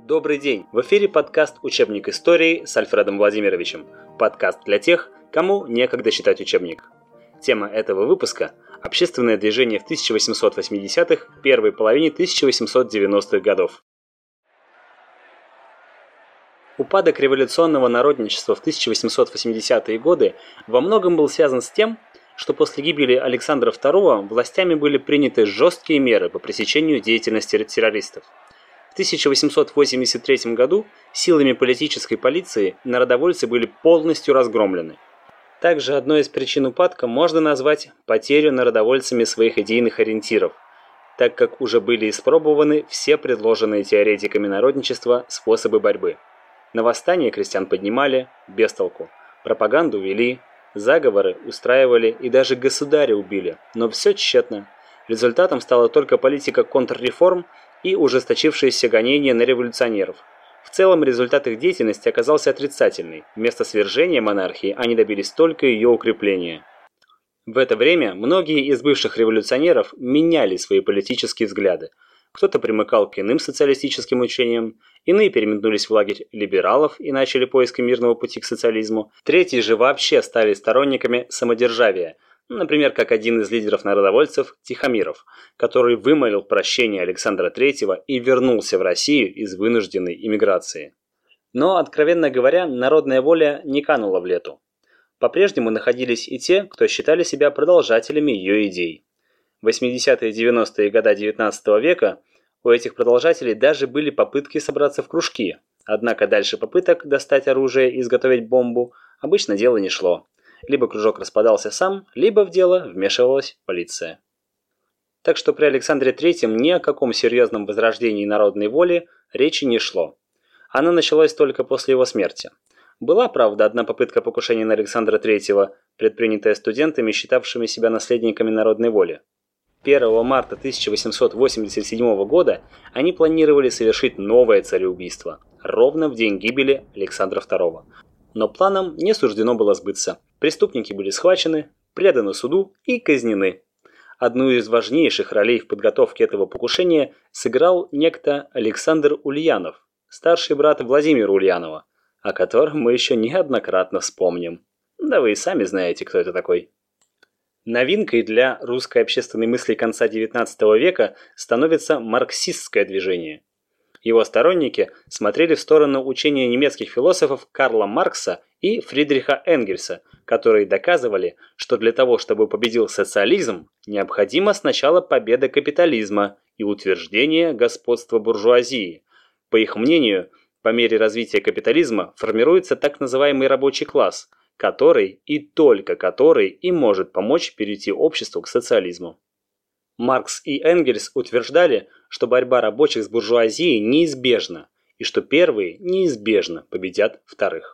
Добрый день! В эфире подкаст «Учебник истории» с Альфредом Владимировичем. Подкаст для тех, кому некогда читать учебник. Тема этого выпуска – общественное движение в 1880-х, первой половине 1890-х годов. Упадок революционного народничества в 1880-е годы во многом был связан с тем, что после гибели Александра II властями были приняты жесткие меры по пресечению деятельности террористов. В 1883 году силами политической полиции народовольцы были полностью разгромлены. Также одной из причин упадка можно назвать потерю народовольцами своих идейных ориентиров, так как уже были испробованы все предложенные теоретиками народничества способы борьбы. На восстание крестьян поднимали без толку, пропаганду вели, заговоры устраивали и даже государя убили, но все тщетно. Результатом стала только политика контрреформ и ужесточившиеся гонения на революционеров. В целом результат их деятельности оказался отрицательный. Вместо свержения монархии они добились только ее укрепления. В это время многие из бывших революционеров меняли свои политические взгляды. Кто-то примыкал к иным социалистическим учениям, иные переметнулись в лагерь либералов и начали поиски мирного пути к социализму, третьи же вообще стали сторонниками самодержавия, например, как один из лидеров народовольцев Тихомиров, который вымолил прощение Александра III и вернулся в Россию из вынужденной эмиграции. Но, откровенно говоря, народная воля не канула в лету. По-прежнему находились и те, кто считали себя продолжателями ее идей. В 80-е и 90-е годы XIX века у этих продолжателей даже были попытки собраться в кружки, однако дальше попыток достать оружие и изготовить бомбу обычно дело не шло. Либо кружок распадался сам, либо в дело вмешивалась полиция. Так что при Александре III ни о каком серьезном возрождении народной воли речи не шло. Оно началось только после его смерти. Была, правда, одна попытка покушения на Александра III, предпринятая студентами, считавшими себя наследниками народной воли. 1 марта 1887 года они планировали совершить новое цареубийство, ровно в день гибели Александра II. Но планам не суждено было сбыться. Преступники были схвачены, преданы суду и казнены. Одну из важнейших ролей в подготовке этого покушения сыграл некто Александр Ульянов, старший брат Владимира Ульянова, о котором мы еще неоднократно вспомним. Да вы и сами знаете, кто это такой. Новинкой для русской общественной мысли конца XIX века становится марксистское движение. Его сторонники смотрели в сторону учения немецких философов Карла Маркса и Фридриха Энгельса, которые доказывали, что для того, чтобы победил социализм, необходима сначала победа капитализма и утверждение господства буржуазии. По их мнению, по мере развития капитализма формируется так называемый рабочий класс, который и только который и может помочь перейти обществу к социализму. Маркс и Энгельс утверждали, что борьба рабочих с буржуазией неизбежна, и что первые неизбежно победят вторых.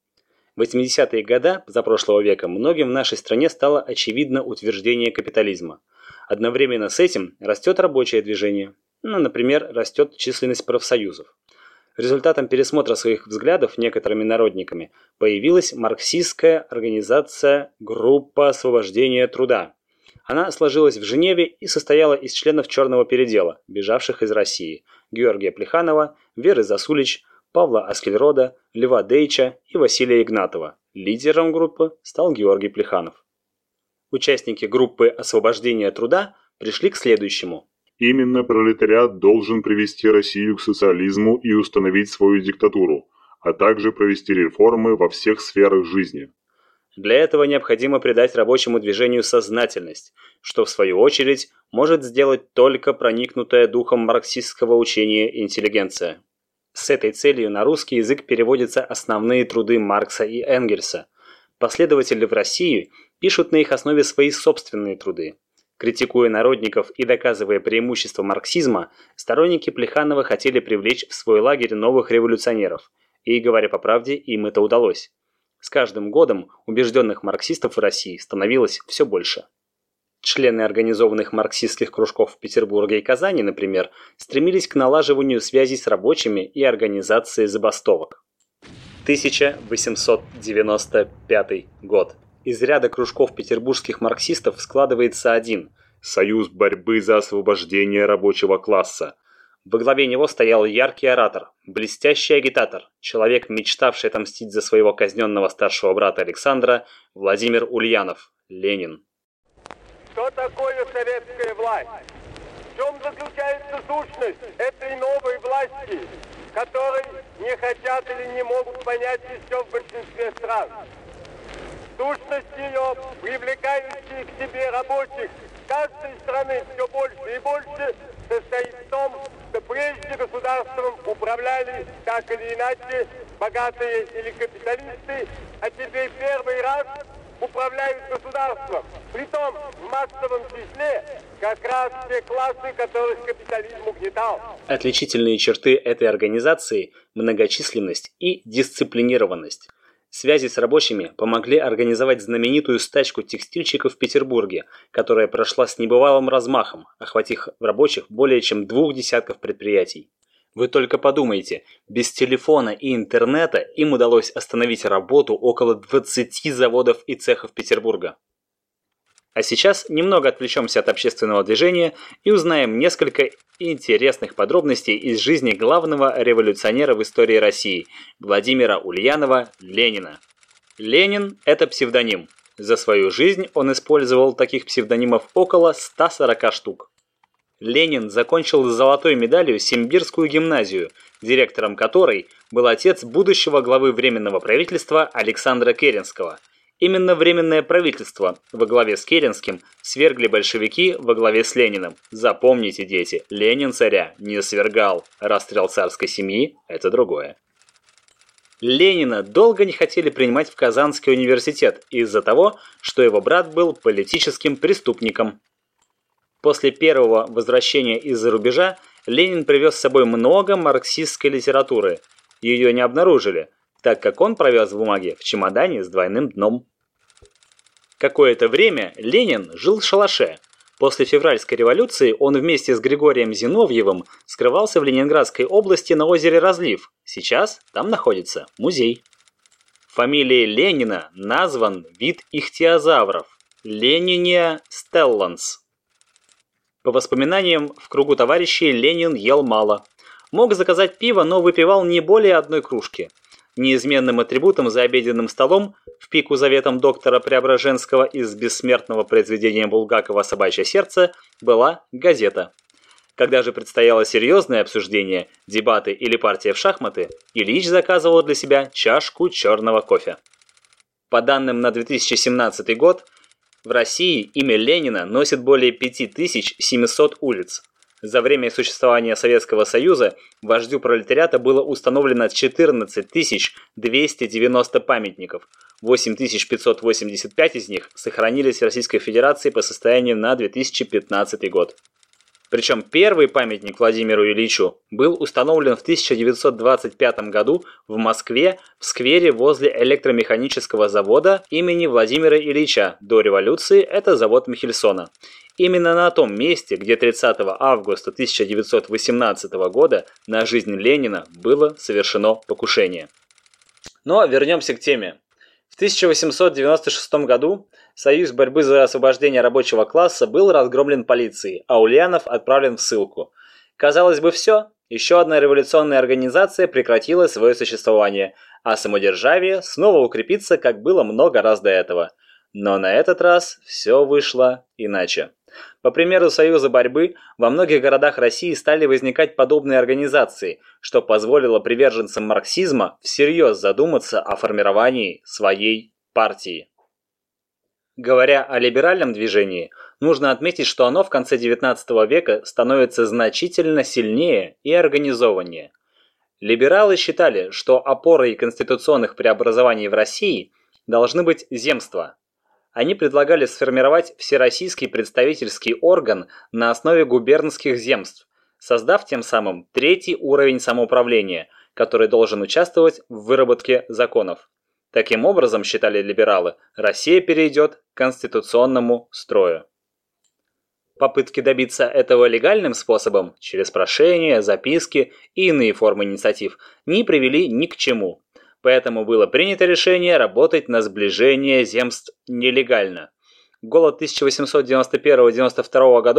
В 80-е годы позапрошлого века многим в нашей стране стало очевидно утверждение капитализма. Одновременно с этим растет рабочее движение. Например, растет численность профсоюзов. Результатом пересмотра своих взглядов некоторыми народниками появилась марксистская организация «Группа освобождения труда». Она сложилась в Женеве и состояла из членов Черного передела, бежавших из России, Георгия Плеханова, Веры Засулич, Павла Аскельрода, Льва Дейча и Василия Игнатова. Лидером группы стал Георгий Плеханов. Участники группы освобождения труда пришли к следующему. Именно пролетариат должен привести Россию к социализму и установить свою диктатуру, а также провести реформы во всех сферах жизни. Для этого необходимо придать рабочему движению сознательность, что в свою очередь может сделать только проникнутая духом марксистского учения интеллигенция. С этой целью на русский язык переводятся основные труды Маркса и Энгельса. Последователи в России пишут на их основе свои собственные труды. Критикуя народников и доказывая преимущество марксизма, сторонники Плеханова хотели привлечь в свой лагерь новых революционеров. И, говоря по правде, им это удалось. С каждым годом убежденных марксистов в России становилось все больше. Члены организованных марксистских кружков в Петербурге и Казани, например, стремились к налаживанию связей с рабочими и организации забастовок. 1895 год. Из ряда кружков петербургских марксистов складывается один – Союз борьбы за освобождение рабочего класса. Во главе него стоял яркий оратор, блестящий агитатор, человек, мечтавший отомстить за своего казненного старшего брата Александра, Владимир Ульянов, Ленин. Что такое советская власть? В чем заключается сущность этой новой власти, которой не хотят или не могут понять еще в большинстве стран? Сущность ее, привлекающая к себе рабочих каждой страны все больше и больше, состоит в том, что прежде государством управляли так или иначе богатые или капиталисты, а теперь первый раз управляют государством. Притом в массовом числе как раз те классы, которых капитализм угнетал. Отличительные черты этой организации – многочисленность и дисциплинированность. Связи с рабочими помогли организовать знаменитую стачку текстильщиков в Петербурге, которая прошла с небывалым размахом, охватив рабочих более чем 2 десятков предприятий. Вы только подумайте, без телефона и интернета им удалось остановить работу около 20 заводов и цехов Петербурга. А сейчас немного отвлечемся от общественного движения и узнаем несколько интересных подробностей из жизни главного революционера в истории России – Владимира Ульянова Ленина. Ленин – это псевдоним. За свою жизнь он использовал таких псевдонимов около 140 штук. Ленин закончил с золотой медалью Симбирскую гимназию, директором которой был отец будущего главы Временного правительства Александра Керенского. Именно Временное правительство во главе с Керенским свергли большевики во главе с Лениным. Запомните, дети, Ленин царя не свергал. Расстрел царской семьи – это другое. Ленина долго не хотели принимать в Казанский университет из-за того, что его брат был политическим преступником. После первого возвращения из-за рубежа Ленин привез с собой много марксистской литературы. Ее не обнаружили, так как он провез бумаги в чемодане с двойным дном. Какое-то время Ленин жил в шалаше. После февральской революции он вместе с Григорием Зиновьевым скрывался в Ленинградской области на озере Разлив. Сейчас там находится музей. Фамилией Ленина назван вид ихтиозавров – Leninia stellans. По воспоминаниям в кругу товарищей, Ленин ел мало. Мог заказать пиво, но выпивал не более одной кружки. Неизменным атрибутом за обеденным столом, в пику заветом доктора Преображенского из бессмертного произведения Булгакова «Собачье сердце», была газета. Когда же предстояло серьезное обсуждение, дебаты или партия в шахматы, Ильич заказывал для себя чашку черного кофе. По данным на 2017 год, в России имя Ленина носит более 5700 улиц. За время существования Советского Союза вождю пролетариата было установлено 14 290 памятников. 8585 из них сохранились в Российской Федерации по состоянию на 2015 год. Причем первый памятник Владимиру Ильичу был установлен в 1925 году в Москве в сквере возле электромеханического завода имени Владимира Ильича. До революции это завод Михельсона. Именно на том месте, где 30 августа 1918 года на жизнь Ленина было совершено покушение. Но вернемся к теме. В 1896 году Союз борьбы за освобождение рабочего класса был разгромлен полицией, а Ульянов отправлен в ссылку. Казалось бы, все. Еще одна революционная организация прекратила свое существование, а самодержавие снова укрепится, как было много раз до этого. Но на этот раз все вышло иначе. По примеру Союза борьбы, во многих городах России стали возникать подобные организации, что позволило приверженцам марксизма всерьез задуматься о формировании своей партии. Говоря о либеральном движении, нужно отметить, что оно в конце XIX века становится значительно сильнее и организованнее. Либералы считали, что опорой конституционных преобразований в России должны быть земства. Они предлагали сформировать всероссийский представительский орган на основе губернских земств, создав тем самым третий уровень самоуправления, который должен участвовать в выработке законов. Таким образом, считали либералы, Россия перейдет к конституционному строю. Попытки добиться этого легальным способом, через прошения, записки и иные формы инициатив, не привели ни к чему. Поэтому было принято решение работать на сближение земств нелегально. Голод 1891-92 годов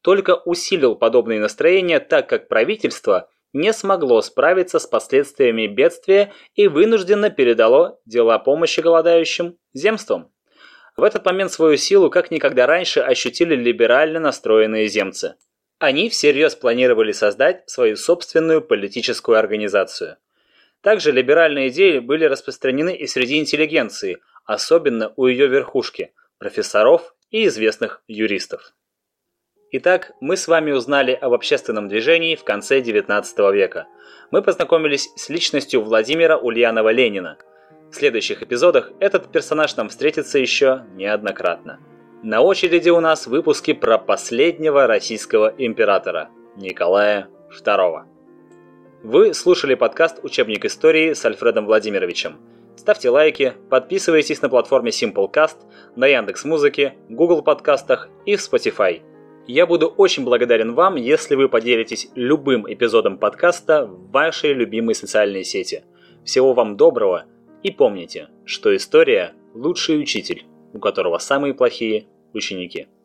только усилил подобные настроения, так как правительство не смогло справиться с последствиями бедствия и вынужденно передало дела помощи голодающим земствам. В этот момент свою силу как никогда раньше ощутили либерально настроенные земцы. Они всерьез планировали создать свою собственную политическую организацию. Также либеральные идеи были распространены и среди интеллигенции, особенно у ее верхушки, профессоров и известных юристов. Итак, мы с вами узнали об общественном движении в конце XIX века. Мы познакомились с личностью Владимира Ульянова-Ленина. В следующих эпизодах этот персонаж нам встретится еще неоднократно. На очереди у нас выпуски про последнего российского императора – Николая II. Вы слушали подкаст «Учебник истории» с Альфредом Владимировичем. Ставьте лайки, подписывайтесь на платформе Simplecast, на Яндекс.Музыке, Google подкастах и в Spotify. Я буду очень благодарен вам, если вы поделитесь любым эпизодом подкаста в вашей любимой социальной сети. Всего вам доброго и помните, что история – лучший учитель, у которого самые плохие ученики.